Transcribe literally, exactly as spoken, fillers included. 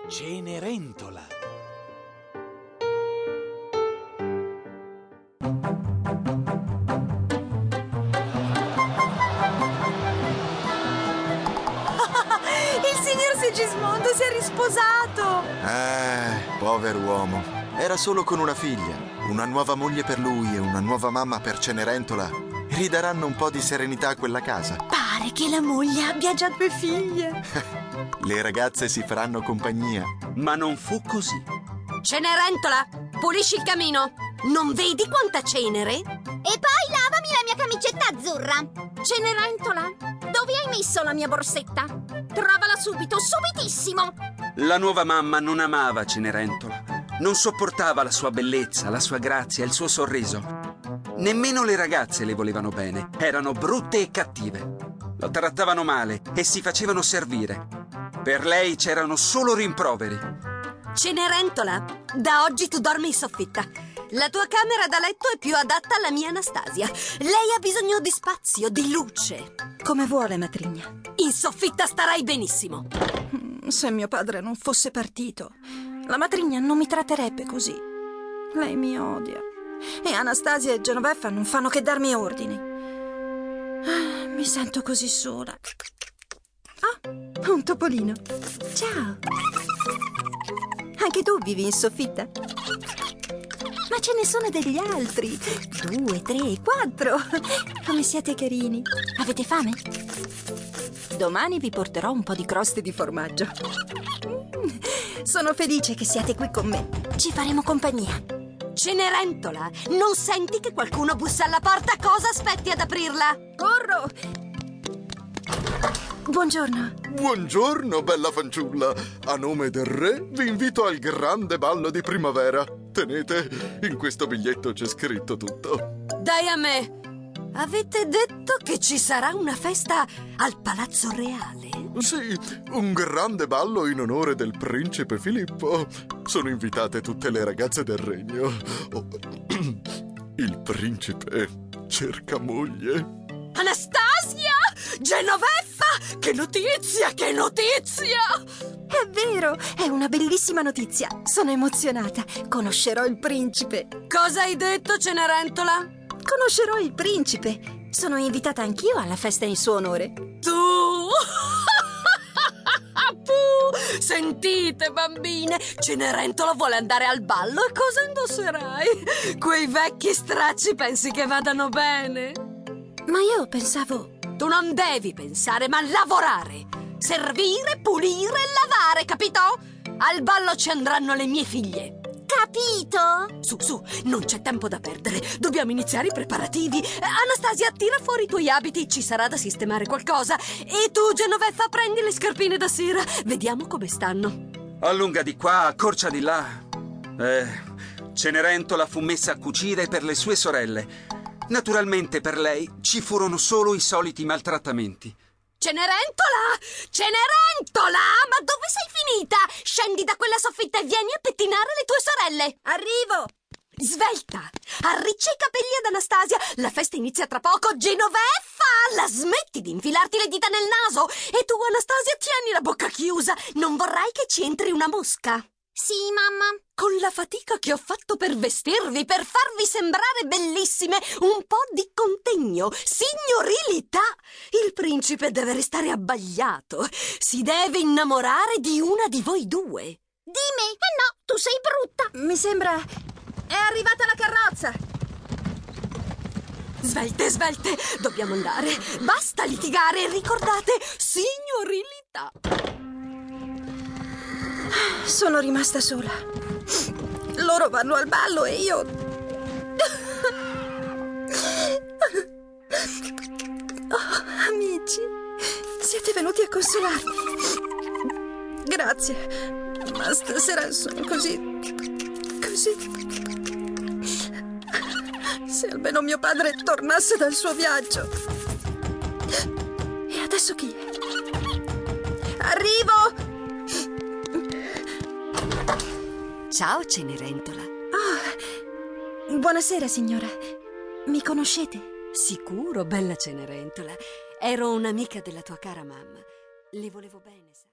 Cenerentola. Il signor Sigismondo si è risposato! Eh, pover'uomo. Era solo con una figlia. Una nuova moglie per lui e una nuova mamma per Cenerentola ridaranno un po' di serenità a quella casa. Pare che la moglie abbia già due figlie. Le ragazze si faranno compagnia. Ma non fu così. Cenerentola, pulisci il camino. Non vedi quanta cenere? E poi lavami la mia camicetta azzurra. Cenerentola, dove hai messo la mia borsetta? Trovala subito, subitissimo. La nuova mamma non amava Cenerentola. Non sopportava la sua bellezza, la sua grazia, il suo sorriso. Nemmeno le ragazze le volevano bene. Erano brutte e cattive. Lo trattavano male e si facevano servire. Per lei c'erano solo rimproveri. Cenerentola, da oggi tu dormi in soffitta. La tua camera da letto è più adatta alla mia Anastasia. Lei ha bisogno di spazio, di luce. Come vuole, matrigna. In soffitta starai benissimo. Se mio padre non fosse partito, la matrigna non mi tratterebbe così. Lei mi odia. E Anastasia e Genoveffa non fanno che darmi ordini. Ah, mi sento così sola. Ah, un topolino. Ciao. Anche tu vivi in soffitta? Ma ce ne sono degli altri. Due, tre, quattro. Come siete carini. Avete fame? Domani vi porterò un po' di croste di formaggio. Mm, sono felice che siate qui con me. Ci faremo compagnia. Cenerentola, non senti che qualcuno bussa alla porta? Cosa aspetti ad aprirla? Corro! Buongiorno. Buongiorno, bella fanciulla. A nome del re vi invito al grande ballo di primavera. Tenete, in questo biglietto c'è scritto tutto. Dai a me. Avete detto che ci sarà una festa al Palazzo Reale? Sì, un grande ballo in onore del principe Filippo. Sono invitate tutte le ragazze del regno. Oh, il principe cerca moglie. Anastasia! Genoveffa! Che notizia, che notizia! È vero, è una bellissima notizia. Sono emozionata. Conoscerò il principe. Cosa hai detto, Cenerentola? Conoscerò il principe. Sono invitata anch'io alla festa in suo onore. Tu! Puh! Sentite, bambine, Cenerentola vuole andare al ballo e cosa indosserai? Quei vecchi stracci pensi che vadano bene? Ma io pensavo... Tu non devi pensare, ma lavorare. Servire, pulire e lavare, capito? Al ballo ci andranno le mie figlie. Capito? Su, su, non c'è tempo da perdere. Dobbiamo iniziare i preparativi. Anastasia, tira fuori i tuoi abiti. Ci sarà da sistemare qualcosa. E tu, Genoveffa, prendi le scarpine da sera. Vediamo come stanno. Allunga di qua, accorcia di là. Eh, Cenerentola fu messa a cucire per le sue sorelle. Naturalmente per lei ci furono solo i soliti maltrattamenti. Cenerentola! Cenerentola! Ma dove sei finita? Scendi da quella soffitta e vieni a pettinare le tue sorelle. Arrivo! Svelta! Arriccia i capelli ad Anastasia. La festa inizia tra poco. Genoveffa! La smetti di infilarti le dita nel naso. E tu, Anastasia, tieni la bocca chiusa. Non vorrai che ci entri una mosca. Sì, mamma. Con la fatica che ho fatto per vestirvi, per farvi sembrare bellissime, un po' di contegno, signorilità. Il principe deve restare abbagliato. Si deve innamorare di una di voi due. Di me? Eh no, tu sei brutta. Mi sembra... è arrivata la carrozza. Svelte, svelte, dobbiamo andare. Basta litigare, ricordate, signorilità. Sono rimasta sola. Loro vanno al ballo e io... Oh, amici, siete venuti a consolarmi. Grazie, ma stasera sono così... così... Se almeno mio padre tornasse dal suo viaggio. E adesso chi è? Arrivo! Ciao, Cenerentola. Oh, buonasera, signora. Mi conoscete? Sicuro, bella Cenerentola. Ero un'amica della tua cara mamma. Le volevo bene, sai.